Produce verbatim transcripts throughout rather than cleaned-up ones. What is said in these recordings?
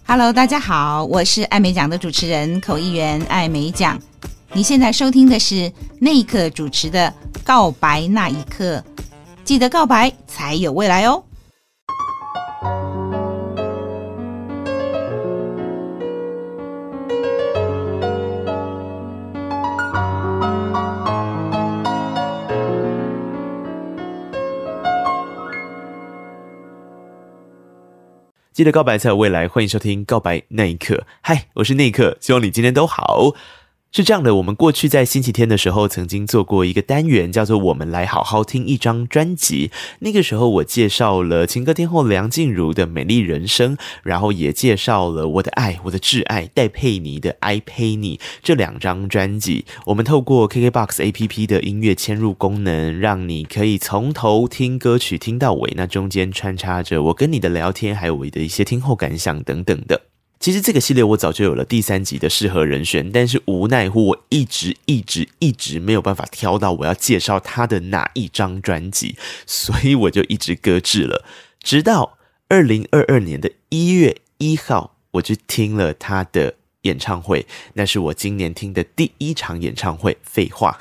Hello， 大家好，我是艾美奖的主持人口译员艾美奖。你现在收听的是那一刻主持的《告白那一刻》，记得告白才有未来哦。 记得告白才有未来，欢迎收听告白那一刻。嗨，我是那一刻，希望你今天都好。是这样的，我们过去在星期天的时候曾经做过一个单元，叫做我们来好好听一张专辑。那个时候我介绍了情歌天后梁静茹的美丽人生，然后也介绍了我的爱我的挚爱戴佩妮的 I Pay 你这两张专辑。我们透过 K K B O X A P P 的音乐嵌入功能，让你可以从头听歌曲听到尾，那中间穿插着我跟你的聊天，还有我的一些听后感想等等的。其实这个系列我早就有了第三集的适合人选，但是无奈乎我一直一直一直没有办法挑到我要介绍他的哪一张专辑，所以我就一直搁置了。直到二零二二年的一月一号，我去听了他的演唱会，那是我今年听的第一场演唱会。废话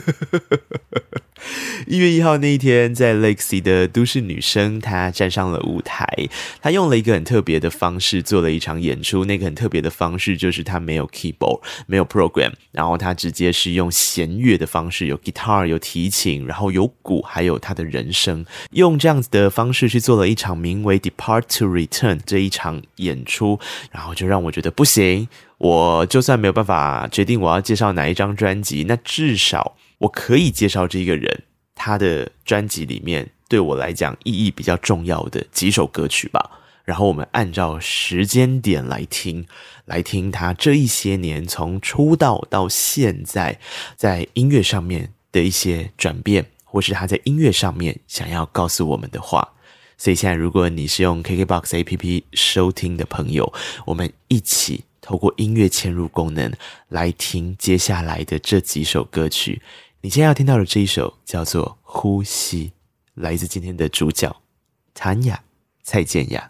一月一号那一天，在 Lexi 的都市女生，她站上了舞台，她用了一个很特别的方式做了一场演出。那个很特别的方式就是她没有 keyboard， 没有 program， 然后她直接是用弦乐的方式，有 guitar， 有提琴，然后有鼓，还有她的人声，用这样子的方式去做了一场名为 Depart to Return 这一场演出，然后就让我觉得不行，我就算没有办法决定我要介绍哪一张专辑，那至少我可以介绍这个人他的专辑里面对我来讲意义比较重要的几首歌曲吧。然后我们按照时间点来听，来听他这一些年从出道到现在在音乐上面的一些转变，或是他在音乐上面想要告诉我们的话。所以现在如果你是用 K K B O X A P P 收听的朋友，我们一起透过音乐嵌入功能来听接下来的这几首歌曲。你现在要听到的这一首叫做《呼吸》，来自今天的主角谭雅蔡健雅。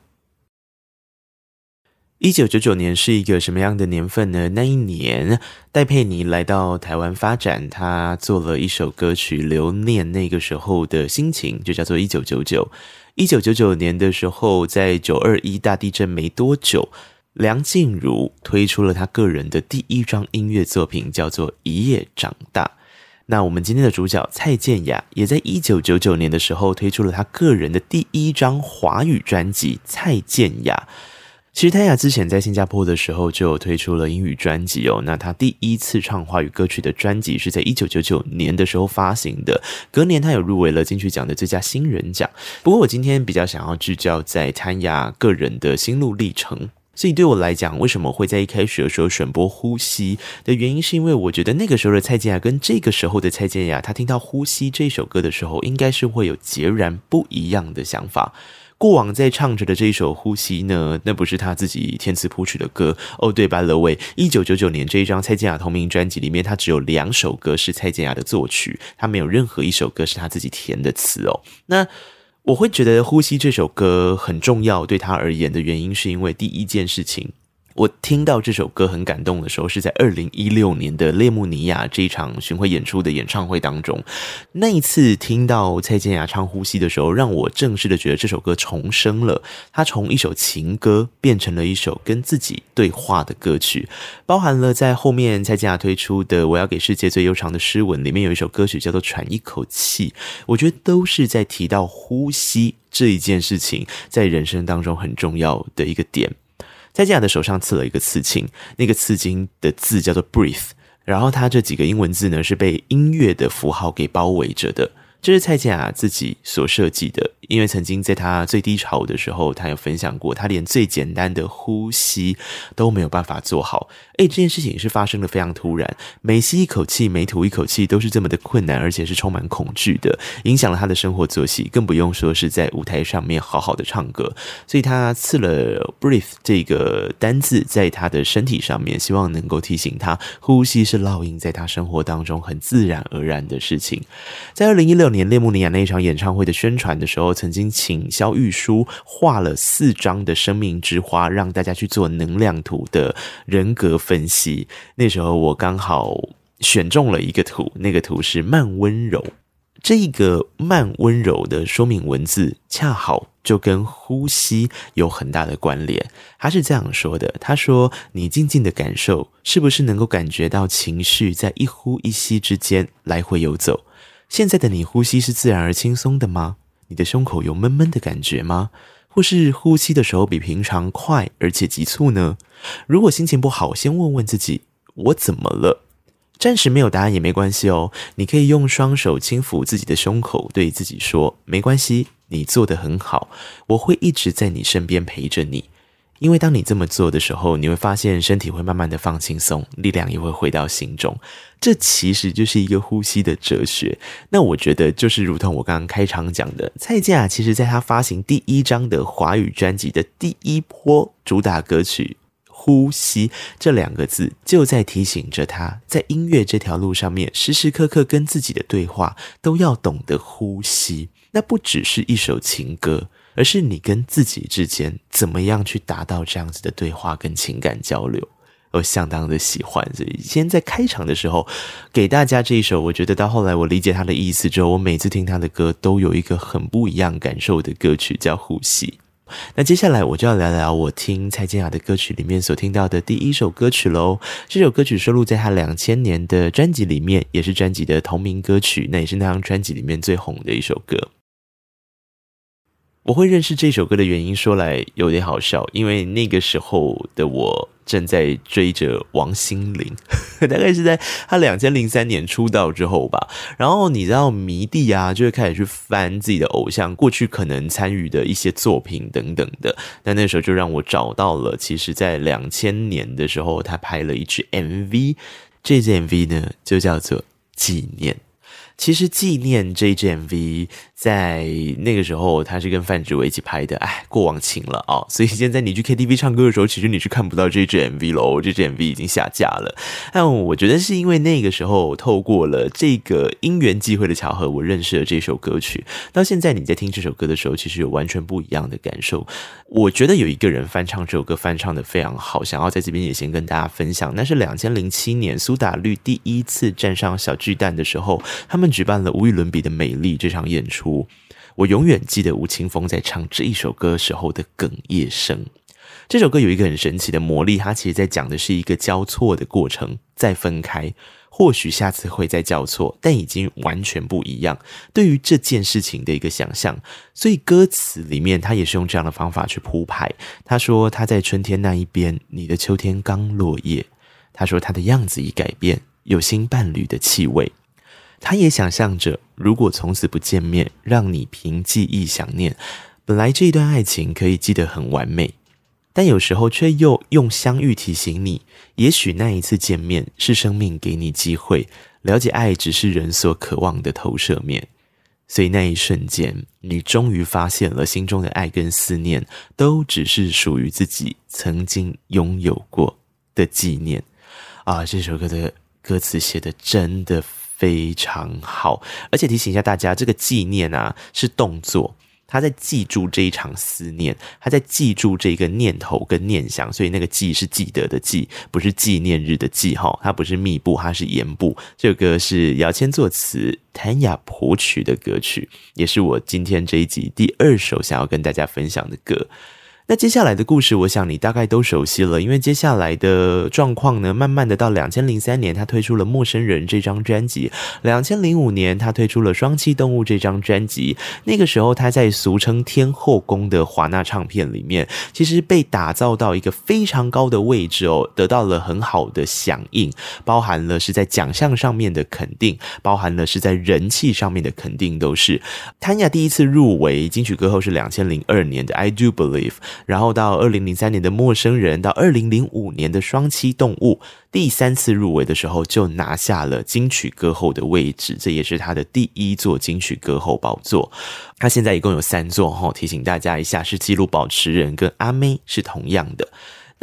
一九九九年是一个什么样的年份呢？那一年戴佩妮来到台湾发展，她做了一首歌曲留念那个时候的心情，就叫做一九九九。一九九九年的时候，在九二一大地震没多久，梁静茹推出了她个人的第一张音乐作品，叫做《一夜长大》。那我们今天的主角蔡健雅也在一九九九年的时候推出了她个人的第一张华语专辑《蔡健雅》。其实谭雅之前在新加坡的时候就有推出了英语专辑哦，那她第一次唱华语歌曲的专辑是在一九九九年的时候发行的，隔年她有入围了金曲奖的最佳新人奖。不过我今天比较想要聚焦在谭雅个人的心路历程，所以对我来讲，为什么会在一开始的时候选播《呼吸》的原因，是因为我觉得那个时候的蔡健雅跟这个时候的蔡健雅，她听到《呼吸》这首歌的时候，应该是会有截然不一样的想法。过往在唱着的这一首《呼吸》呢，那不是他自己填词谱曲的歌哦。对，by the way，一九九九年这一张蔡健雅同名专辑里面，他只有两首歌是蔡健雅的作曲，他没有任何一首歌是他自己填的词哦。那我会觉得《呼吸》这首歌很重要，对他而言的原因，是因为第一件事情，我听到这首歌很感动的时候，是在二零一六年的列穆尼亚这一场巡回演出的演唱会当中。那一次听到蔡健雅唱《呼吸》的时候，让我正式的觉得这首歌重生了。它从一首情歌变成了一首跟自己对话的歌曲，包含了在后面蔡健雅推出的《我要给世界最悠长的诗吻》里面有一首歌曲叫做《喘一口气》，我觉得都是在提到呼吸这一件事情在人生当中很重要的一个点。蔡健雅的手上刺了一个刺青，那个刺青的字叫做 breathe， 然后它这几个英文字呢是被音乐的符号给包围着的。这是蔡健雅自己所设计的，因为曾经在她最低潮的时候，她有分享过，她连最简单的呼吸都没有办法做好。诶，这件事情是发生的非常突然，每吸一口气，每吐一口气都是这么的困难，而且是充满恐惧的，影响了她的生活作息，更不用说是在舞台上面好好的唱歌。所以她刺了 breathe 这个单字在她的身体上面，希望能够提醒她，呼吸是烙印在她生活当中很自然而然的事情。在二零一六年年列姆尼亚那一场演唱会的宣传的时候，曾经请萧玉书画了四张的生命之花，让大家去做能量图的人格分析。那时候我刚好选中了一个图，那个图是慢温柔。这个慢温柔的说明文字恰好就跟呼吸有很大的关联。他是这样说的，他说你静静的感受，是不是能够感觉到情绪在一呼一吸之间来回游走？现在的你呼吸是自然而轻松的吗？你的胸口有闷闷的感觉吗？或是呼吸的时候比平常快而且急促呢？如果心情不好，先问问自己，我怎么了？暂时没有答案也没关系哦，你可以用双手轻抚自己的胸口，对自己说，没关系，你做得很好，我会一直在你身边陪着你。因为当你这么做的时候，你会发现身体会慢慢的放轻松，力量也会回到心中。这其实就是一个呼吸的哲学。那我觉得就是如同我刚刚开场讲的，蔡健雅其实在她发行第一张的华语专辑的第一波主打歌曲呼吸这两个字，就在提醒着他，在音乐这条路上面，时时刻刻跟自己的对话都要懂得呼吸。那不只是一首情歌，而是你跟自己之间怎么样去达到这样子的对话跟情感交流。我相当的喜欢，所以先在开场的时候给大家这一首，我觉得到后来我理解他的意思之后，我每次听他的歌都有一个很不一样感受的歌曲叫呼吸。那接下来我就要聊聊我听蔡健雅的歌曲里面所听到的第一首歌曲咯。这首歌曲收录在她两千年的专辑里面，也是专辑的同名歌曲，那也是那张专辑里面最红的一首歌。我会认识这首歌的原因说来有点好笑，因为那个时候的我正在追着王心凌大概是在他二零零三年出道之后吧，然后你知道迷弟啊就会开始去翻自己的偶像过去可能参与的一些作品等等的，但那时候就让我找到了其实在两千年的时候他拍了一支 M V， 这支 M V 呢就叫做纪念。其实纪念这一支 M V 在那个时候他是跟范植伟一起拍的，哎，过往情了哦，所以现在你去 K T V 唱歌的时候，其实你是看不到这支 M V 咯，这支 M V 已经下架了。但我觉得是因为那个时候透过了这个因缘际会的巧合，我认识了这首歌曲。到现在你在听这首歌的时候，其实有完全不一样的感受。我觉得有一个人翻唱这首歌翻唱的非常好，想要在这边也先跟大家分享。那是二零零七年苏打绿第一次站上小巨蛋的时候，他们举办了无与伦比的美丽这场演出。我永远记得吴青峰在唱这一首歌时候的哽咽声。这首歌有一个很神奇的魔力，它其实在讲的是一个交错的过程，再分开，或许下次会再交错，但已经完全不一样，对于这件事情的一个想象。所以歌词里面他也是用这样的方法去铺排。他说他在春天那一边，你的秋天刚落叶。他说他的样子已改变，有新伴侣的气味。他也想象着，如果从此不见面，让你凭记忆想念。本来这一段爱情可以记得很完美，但有时候却又用相遇提醒你，也许那一次见面是生命给你机会，了解爱只是人所渴望的投射面。所以那一瞬间，你终于发现了心中的爱跟思念，都只是属于自己曾经拥有过的纪念。啊，这首歌的歌词写得真的非常好，而且提醒一下大家，这个纪念啊是动作，他在记住这一场思念，他在记住这个念头跟念想，所以那个记是记得的记，不是纪念日的记，它不是密布，它是言部。这首歌是姚谦作词，谭雅谱曲的歌曲，也是我今天这一集第二首想要跟大家分享的歌。那接下来的故事我想你大概都熟悉了，因为接下来的状况呢，慢慢的到二零零三年他推出了陌生人这张专辑，二零零五年他推出了双栖动物这张专辑。那个时候他在俗称天后宫的华纳唱片里面，其实被打造到一个非常高的位置哦，得到了很好的响应，包含了是在奖项上面的肯定，包含了是在人气上面的肯定都是。谭雅第一次入围金曲歌后是二零零二年的 I Do Believe，然后到二零零三年的陌生人，到二零零五年的双栖动物，第三次入围的时候就拿下了金曲歌后的位置，这也是他的第一座金曲歌后宝座。他现在一共有三座，提醒大家一下，是纪录保持人跟阿妹是同样的。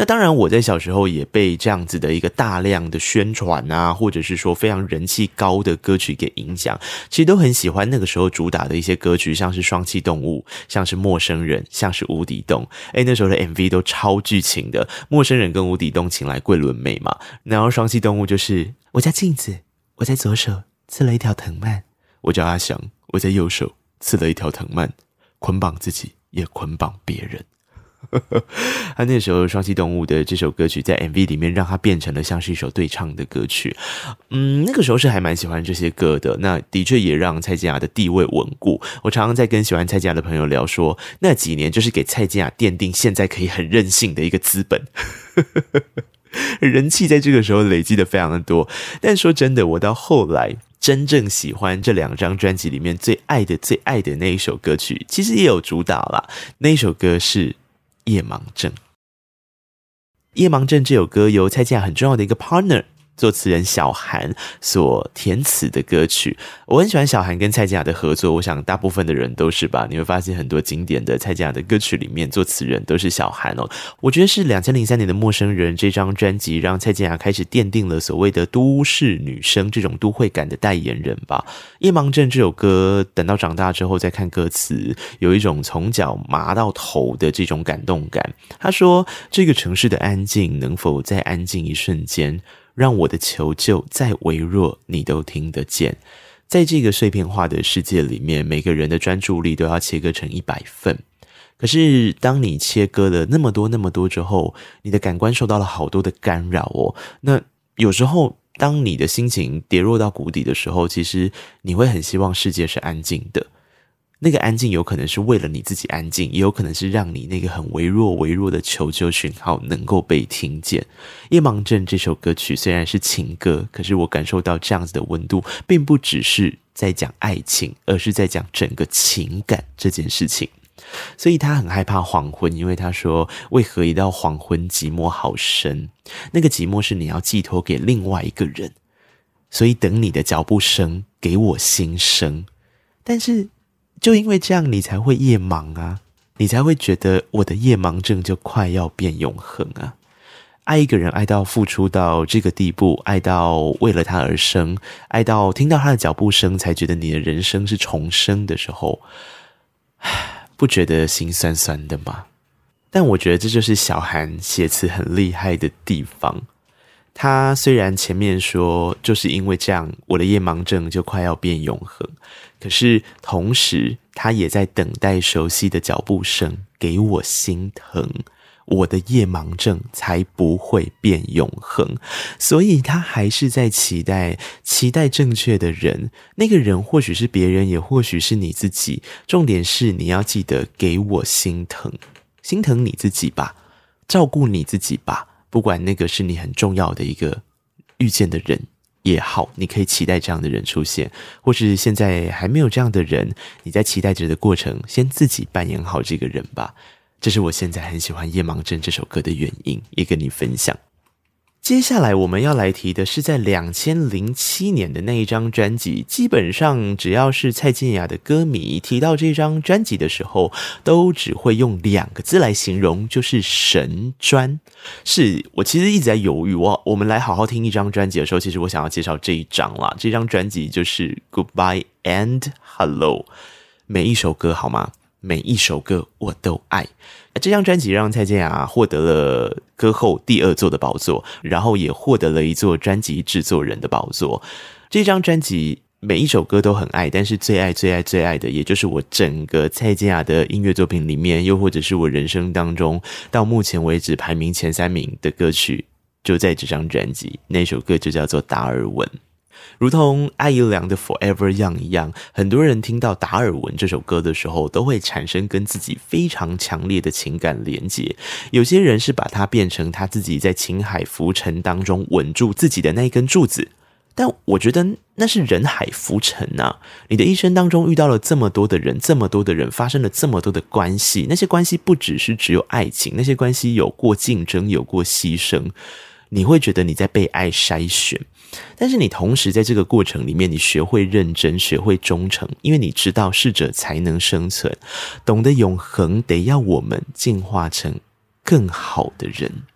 那当然我在小时候也被这样子的一个大量的宣传啊，或者是说非常人气高的歌曲给影响，其实都很喜欢那个时候主打的一些歌曲，像是双栖动物，像是陌生人，像是无底洞。诶，那时候的 M V 都超剧情的，陌生人跟无底洞请来桂纶镁嘛，然后双栖动物就是我家镜子，我在左手刺了一条藤蔓，我叫阿翔，我在右手刺了一条藤蔓，捆绑自己也捆绑别人。他那时候双栖动物的这首歌曲在 M V 里面让它变成了像是一首对唱的歌曲。嗯，那个时候是还蛮喜欢这些歌的，那的确也让蔡健雅的地位稳固。我常常在跟喜欢蔡健雅的朋友聊说，那几年就是给蔡健雅奠定现在可以很任性的一个资本。人气在这个时候累积的非常的多，但说真的，我到后来真正喜欢这两张专辑里面最爱的最爱的那一首歌曲，其实也有主打啦，那一首歌是夜盲症。夜盲症这首歌由蔡健雅很重要的一个 partner 作词人小韩所填词的歌曲。我很喜欢小韩跟蔡健雅的合作，我想大部分的人都是吧。你会发现很多经典的蔡健雅的歌曲里面作词人都是小韩哦。我觉得是二零零三年的陌生人这张专辑让蔡健雅开始奠定了所谓的都市女生这种都会感的代言人吧。夜盲症这首歌等到长大之后再看歌词，有一种从脚麻到头的这种感动感。他说，这个城市的安静能否再安静一瞬间，让我的求救再微弱你都听得见。在这个碎片化的世界里面，每个人的专注力都要切割成一百份。可是当你切割了那么多那么多之后，你的感官受到了好多的干扰哦。那有时候当你的心情跌落到谷底的时候，其实你会很希望世界是安静的。那个安静有可能是为了你自己安静，也有可能是让你那个很微弱微弱的求救讯号能够被听见。夜盲症这首歌曲虽然是情歌，可是我感受到这样子的温度，并不只是在讲爱情，而是在讲整个情感这件事情。所以他很害怕黄昏，因为他说，为何一到黄昏寂寞好深，那个寂寞是你要寄托给另外一个人，所以等你的脚步声给我心声。但是就因为这样，你才会夜盲啊，你才会觉得我的夜盲症就快要变永恒啊。爱一个人爱到付出到这个地步，爱到为了他而生，爱到听到他的脚步声才觉得你的人生是重生的时候，不觉得心酸酸的吗？但我觉得这就是小韩写词很厉害的地方。他虽然前面说就是因为这样我的夜盲症就快要变永恒，可是同时他也在等待熟悉的脚步声给我心疼，我的夜盲症才不会变永恒。所以他还是在期待期待正确的人，那个人或许是别人，也或许是你自己，重点是你要记得给我心疼，心疼你自己吧，照顾你自己吧，不管那个是你很重要的一个遇见的人也好，你可以期待这样的人出现，或是现在还没有这样的人，你在期待着的过程，先自己扮演好这个人吧。这是我现在很喜欢《夜盲症》这首歌的原因，也跟你分享。接下来我们要来提的是在二零零七年的那一张专辑，基本上只要是蔡健雅的歌迷提到这张专辑的时候，都只会用两个字来形容，就是神专。是我其实一直在犹豫，我我们来好好听一张专辑的时候，其实我想要介绍这一张啦。这张专辑就是 Goodbye and Hello， 每一首歌好吗？每一首歌我都爱。这张专辑让蔡健雅获得了歌后第二座的宝座，然后也获得了一座专辑制作人的宝座。这张专辑每一首歌都很爱，但是最爱最爱最爱的，也就是我整个蔡健雅的音乐作品里面，又或者是我人生当中到目前为止排名前三名的歌曲，就在这张专辑。那首歌就叫做达尔文。如同艾怡良的 Forever Young 一样，很多人听到达尔文这首歌的时候，都会产生跟自己非常强烈的情感连结。有些人是把它变成他自己在情海浮沉当中稳住自己的那一根柱子，但我觉得那是人海浮沉啊。你的一生当中遇到了这么多的人，这么多的人，发生了这么多的关系，那些关系不只是只有爱情，那些关系有过竞争，有过牺牲，你会觉得你在被爱筛选。但是你同时在这个过程里面，你学会认真，学会忠诚，因为你知道适者才能生存，懂得永恒得要我们进化成更好的人。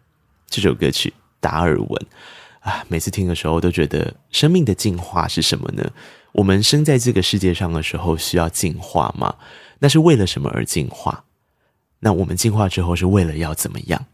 这首歌曲达尔文啊，每次听的时候都觉得生命的进化是什么呢？我们生在这个世界上的时候需要进化吗？那是为了什么而进化？那我们进化之后是为了要怎么样？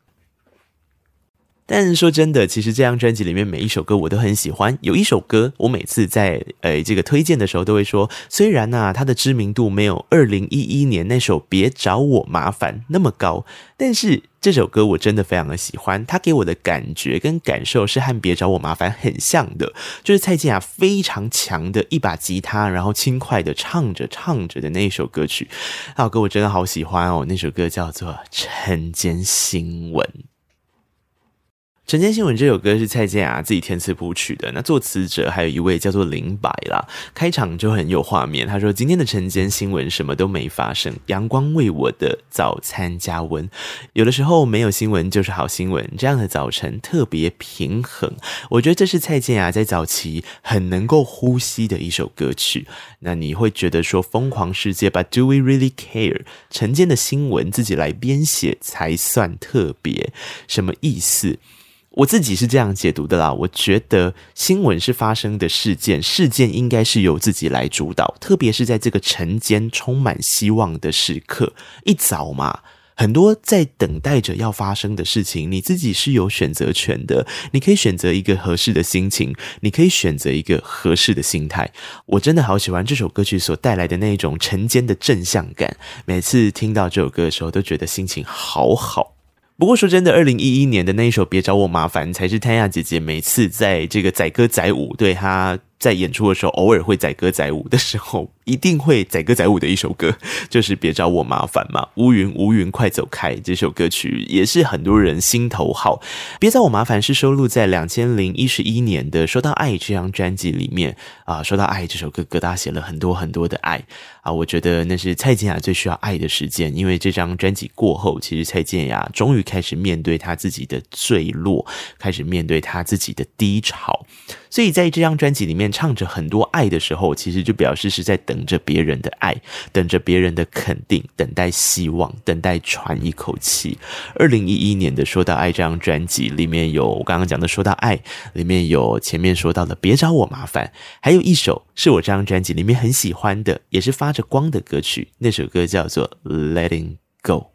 但是说真的，其实这张专辑里面每一首歌我都很喜欢。有一首歌我每次在呃这个推荐的时候都会说，虽然啊它的知名度没有二零一一年那首别找我麻烦那么高，但是这首歌我真的非常的喜欢，它给我的感觉跟感受是和别找我麻烦很像的，就是蔡健雅非常强的一把吉他，然后轻快的唱着唱着的那一首歌曲。那首歌我真的好喜欢哦，那首歌叫做《晨间新闻》。晨间新闻这首歌是蔡健雅自己填词谱曲的，那作词者还有一位叫做林白啦。开场就很有画面，他说今天的晨间新闻什么都没发生，阳光为我的早餐加温。有的时候没有新闻就是好新闻，这样的早晨特别平衡。我觉得这是蔡健雅在早期很能够呼吸的一首歌曲。那你会觉得说疯狂世界 But do we really care？ 晨间的新闻自己来编写才算特别，什么意思？我自己是这样解读的啦，我觉得新闻是发生的事件，事件应该是由自己来主导，特别是在这个晨间充满希望的时刻，一早嘛，很多在等待着要发生的事情，你自己是有选择权的，你可以选择一个合适的心情，你可以选择一个合适的心态。我真的好喜欢这首歌曲所带来的那种晨间的正向感，每次听到这首歌的时候都觉得心情好好。不过说真的，二零一一年的那一首别找我麻烦才是泰雅姐姐每次在这个载歌载舞，对她在演出的时候偶尔会载歌载舞的时候一定会载歌载舞的一首歌，就是别找我麻烦嘛。乌云乌云快走开这首歌曲也是很多人心头好。别找我麻烦是收录在两千零一十一年的说到爱这张专辑里面啊。说到爱这首歌，葛大写了很多很多的爱啊，我觉得那是蔡健雅最需要爱的时间，因为这张专辑过后，其实蔡健雅终于开始面对她自己的坠落，开始面对她自己的低潮。所以在这张专辑里面唱着很多爱的时候，其实就表示是在等着别人的爱，等着别人的肯定，等待希望，等待喘一口气。二零一一年的说到爱这张专辑里面有我刚刚讲的说到爱，里面有前面说到的别找我麻烦，还有一首是我这张专辑里面很喜欢的，也是发着光的歌曲，那首歌叫做 Letting Go。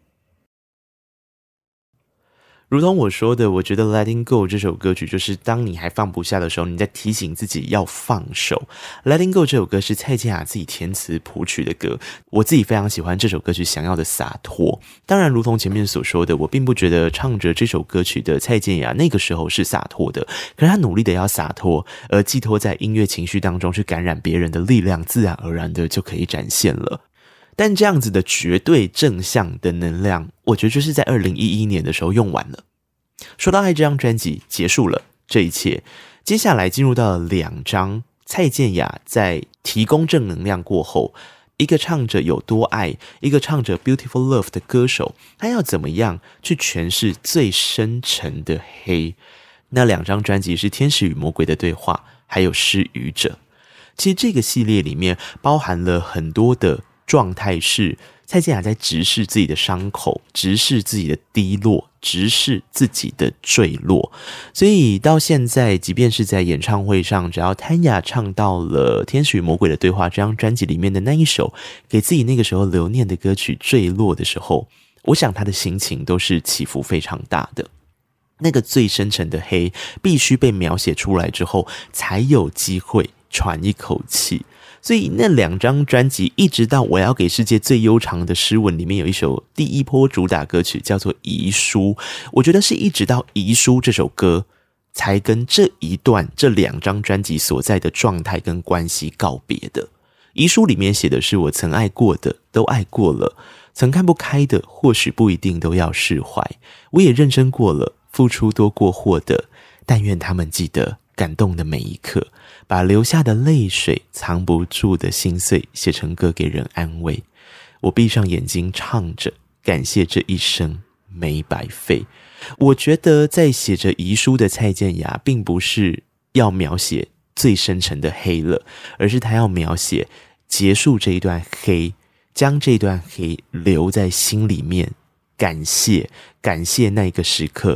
如同我说的，我觉得 Letting Go 这首歌曲就是当你还放不下的时候，你在提醒自己要放手。Letting Go 这首歌是蔡健雅自己填词谱曲的歌，我自己非常喜欢这首歌曲想要的洒脱。当然如同前面所说的，我并不觉得唱着这首歌曲的蔡健雅那个时候是洒脱的，可是他努力的要洒脱，而寄托在音乐情绪当中去感染别人的力量，自然而然的就可以展现了。但这样子的绝对正向的能量，我觉得就是在二零一一年的时候用完了。说到爱这张专辑结束了这一切，接下来进入到了两张蔡健雅在提供正能量过后，一个唱着有多爱，一个唱着 Beautiful Love 的歌手，他要怎么样去诠释最深沉的黑。那两张专辑是天使与魔鬼的对话还有失语者。其实这个系列里面包含了很多的状态，是蔡健雅在直视自己的伤口，直视自己的低落，直视自己的坠落。所以到现在即便是在演唱会上，只要谭雅唱到了天使与魔鬼的对话这张专辑里面的那一首给自己那个时候留念的歌曲坠落的时候，我想他的心情都是起伏非常大的。那个最深沉的黑必须被描写出来之后，才有机会喘一口气。所以那两张专辑一直到我要给世界最悠长的诗文里面有一首第一波主打歌曲叫做遗书，我觉得是一直到遗书这首歌才跟这一段这两张专辑所在的状态跟关系告别的。遗书里面写的是我曾爱过的都爱过了，曾看不开的或许不一定都要释怀，我也认真过了，付出多过获得，但愿他们记得感动的每一刻，把流下的泪水藏不住的心碎写成歌给人安慰。我闭上眼睛唱着，感谢这一生没白费。我觉得在写着遗书的蔡健雅并不是要描写最深沉的黑了，而是她要描写结束这一段黑，将这段黑留在心里面，感谢感谢那个时刻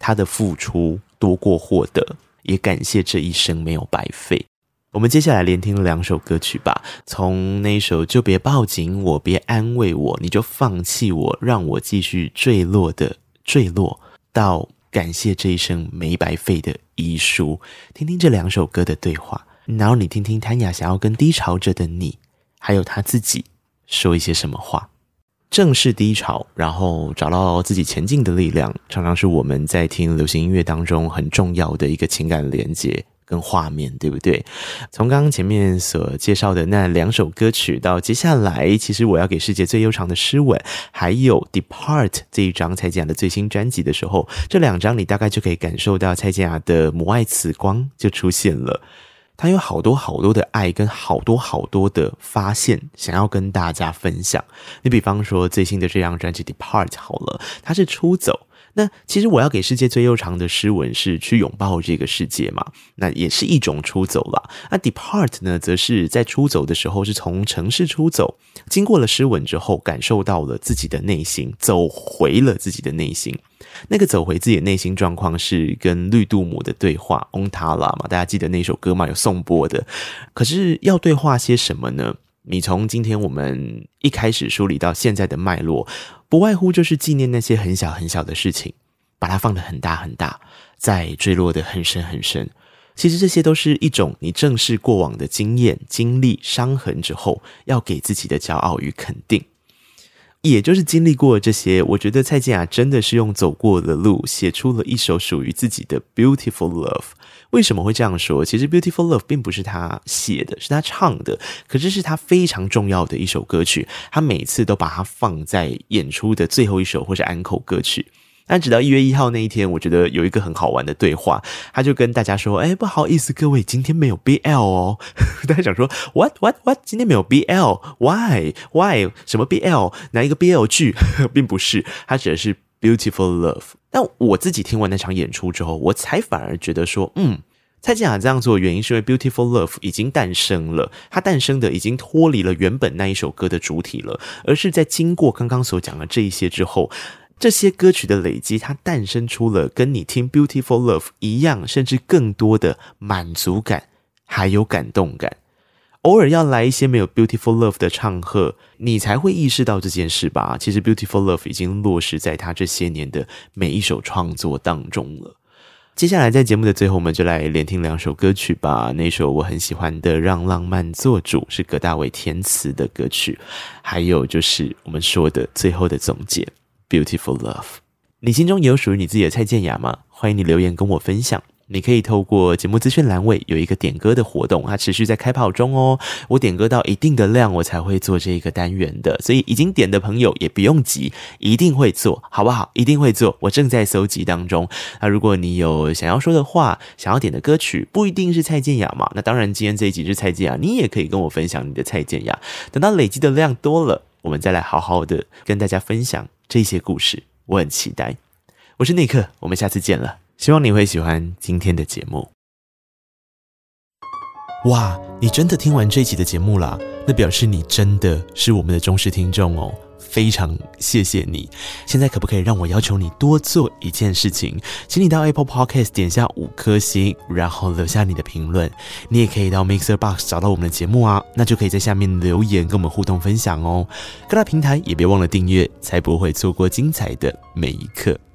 他的付出多过获得，也感谢这一生没有白费。我们接下来连听两首歌曲吧，从那一首就别抱紧我，别安慰我，你就放弃我，让我继续坠落的坠落，到感谢这一生没白费的遗书。听听这两首歌的对话，然后你听听谭雅想要跟低潮着的你还有他自己说一些什么话。正视低潮，然后找到自己前进的力量，常常是我们在听流行音乐当中很重要的一个情感连结跟画面，对不对？从刚刚前面所介绍的那两首歌曲到接下来其实我要给世界最悠长的诗吻，还有 Depart 这一张蔡健雅的最新专辑的时候，这两张你大概就可以感受到蔡健雅的母爱慈光就出现了。他有好多好多的爱跟好多好多的发现想要跟大家分享。你比方说最新的这张专辑 Depart 好了，它是出走，那其实我要给世界最悠长的诗吻是去拥抱这个世界嘛，那也是一种出走啦。那 Depart 呢，则是在出走的时候是从城市出走，经过了诗吻之后感受到了自己的内心，走回了自己的内心。那个走回自己的内心状况是跟绿度母的对话 Ontala 嘛，大家记得那首歌嘛，有颂钵的。可是要对话些什么呢？你从今天我们一开始梳理到现在的脉络，不外乎就是纪念那些很小很小的事情，把它放得很大很大，再坠落得很深很深。其实这些都是一种你正视过往的经验、经历、伤痕之后要给自己的骄傲与肯定。也就是经历过这些，我觉得蔡健雅真的是用走过的路写出了一首属于自己的 Beautiful Love。 为什么会这样说？其实 Beautiful Love 并不是他写的，是他唱的，可是是他非常重要的一首歌曲，他每次都把它放在演出的最后一首或是安口歌曲。但直到一月一号那一天，我觉得有一个很好玩的对话，他就跟大家说，哎，不好意思各位，今天没有 B L 哦。大家想说 what what what 今天没有 B L why why 什么 B L 哪一个 B L 剧并不是，他指的是 Beautiful Love。 但我自己听完那场演出之后，我才反而觉得说，嗯，蔡健雅这样做的原因是因为 Beautiful Love 已经诞生了，它诞生的已经脱离了原本那一首歌的主体了，而是在经过刚刚所讲的这一些之后，这些歌曲的累积，它诞生出了跟你听 Beautiful Love 一样甚至更多的满足感还有感动感。偶尔要来一些没有 Beautiful Love 的唱和，你才会意识到这件事吧。其实 Beautiful Love 已经落实在他这些年的每一首创作当中了。接下来在节目的最后，我们就来连听两首歌曲吧。那首我很喜欢的《让浪漫做主》是葛大为填词的歌曲，还有就是我们说的最后的总结Beautiful Love。 你心中也有属于你自己的蔡健雅吗？欢迎你留言跟我分享。你可以透过节目资讯栏位有一个点歌的活动，它持续在开跑中哦。我点歌到一定的量我才会做这个单元的，所以已经点的朋友也不用急，一定会做好不好？一定会做，我正在搜集当中。那如果你有想要说的话，想要点的歌曲，不一定是蔡健雅嘛，那当然今天这一集是蔡健雅，你也可以跟我分享你的蔡健雅。等到累积的量多了，我们再来好好的跟大家分享这些故事，我很期待。我是内克，我们下次见了，希望你会喜欢今天的节目。哇，你真的听完这一集的节目啦，那表示你真的是我们的忠实听众哦，非常谢谢你。现在可不可以让我要求你多做一件事情，请你到 Apple Podcast 点下五颗星，然后留下你的评论。你也可以到 Mixer Box 找到我们的节目啊，那就可以在下面留言跟我们互动分享哦。各大平台也别忘了订阅，才不会错过精彩的每一刻。